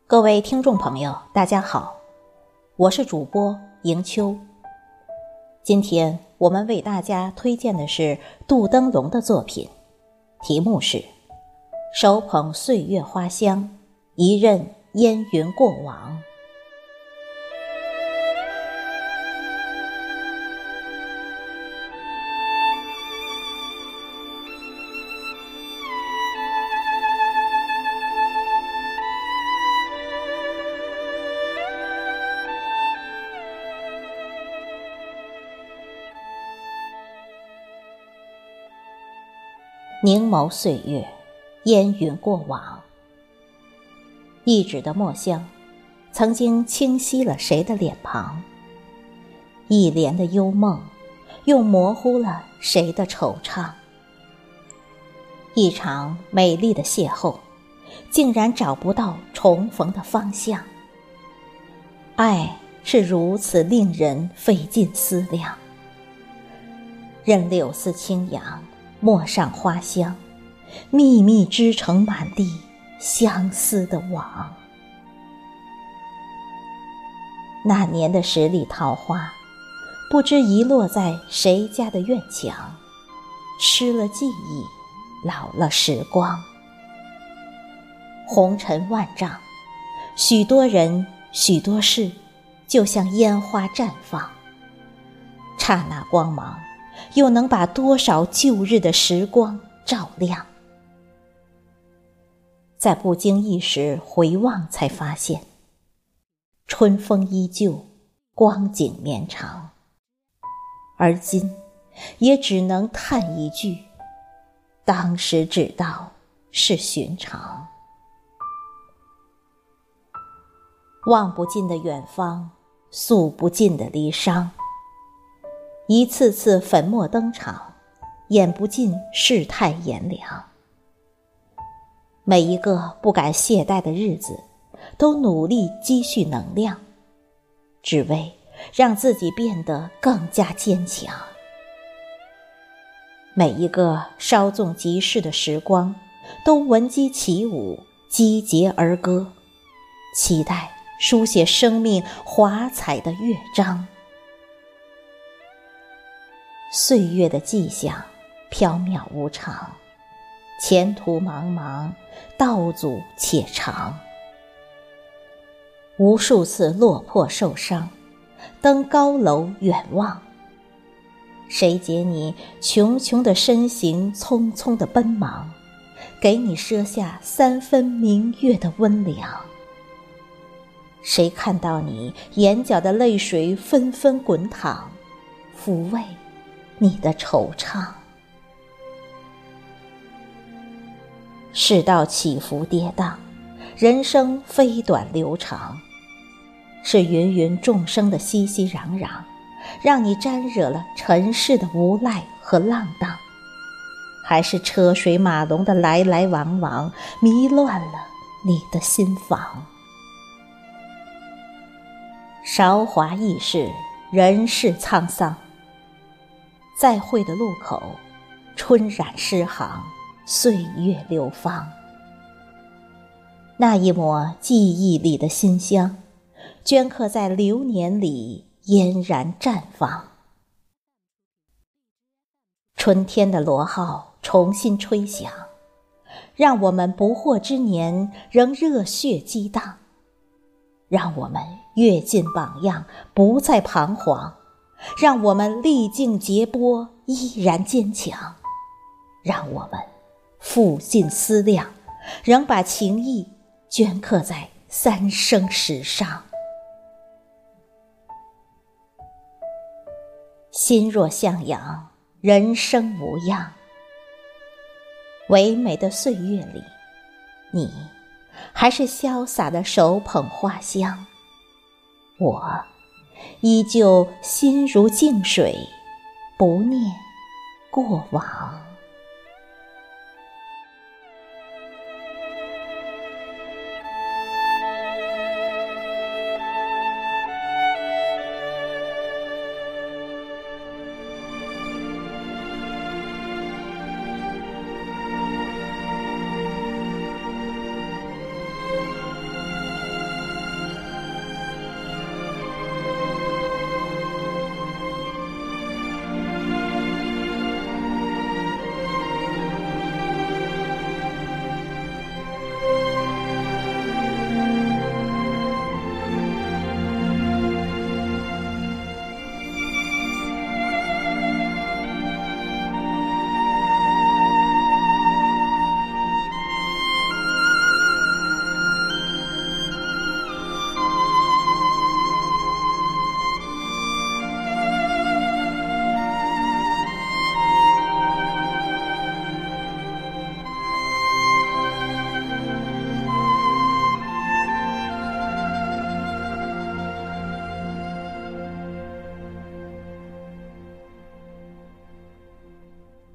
各位听众朋友，大家好，我是主播迎秋。今天我们为大家推荐的是杜登龙的作品，题目是手捧岁月花香，一任烟云过往。凝眸岁月，烟云过往。一指的墨香，曾经清晰了谁的脸庞；一帘的幽梦，又模糊了谁的惆怅。一场美丽的邂逅，竟然找不到重逢的方向。爱是如此令人费尽思量。任柳丝轻扬，陌上花香，密密织成满地相思的网。那年的十里桃花，不知遗落在谁家的院墙，失了记忆，老了时光。红尘万丈，许多人许多事，就像烟花绽放，刹那光芒又能把多少旧日的时光照亮。在不经意时回望，才发现春风依旧，光景绵长。而今也只能叹一句，当时只道是寻常。望不尽的远方，诉不尽的离殇，一次次粉墨登场，演不尽世态炎凉。每一个不敢懈怠的日子，都努力积蓄能量，只为让自己变得更加坚强。每一个稍纵即逝的时光，都闻鸡起舞，击节而歌，期待书写生命华彩的乐章。岁月的迹象缥缈无常，前途茫茫，道阻且长。无数次落魄受伤，登高楼远望，谁解你穷穷的身形，匆匆的奔忙，给你赊下3分明月的温凉。谁看到你眼角的泪水纷纷滚淌，抚慰你的惆怅。世道起伏跌宕，人生飞短流长，是芸芸众生的熙熙攘攘，让你沾惹了尘世的无赖和浪荡，还是车水马龙的来来往往，迷乱了你的心房。韶华易逝，人世沧桑，再会的路口，春染诗行，岁月流芳。那一抹记忆里的馨香，镌刻在流年里，嫣然绽放。春天的螺号重新吹响，让我们不惑之年仍热血激荡，让我们跃进榜样，不再彷徨，让我们历尽劫波，依然坚强，让我们付尽思量，仍把情谊镌刻在3生石上。心若向阳，人生无恙。唯美的岁月里，你还是潇洒的手捧花香，我依旧心如静水，不念过往。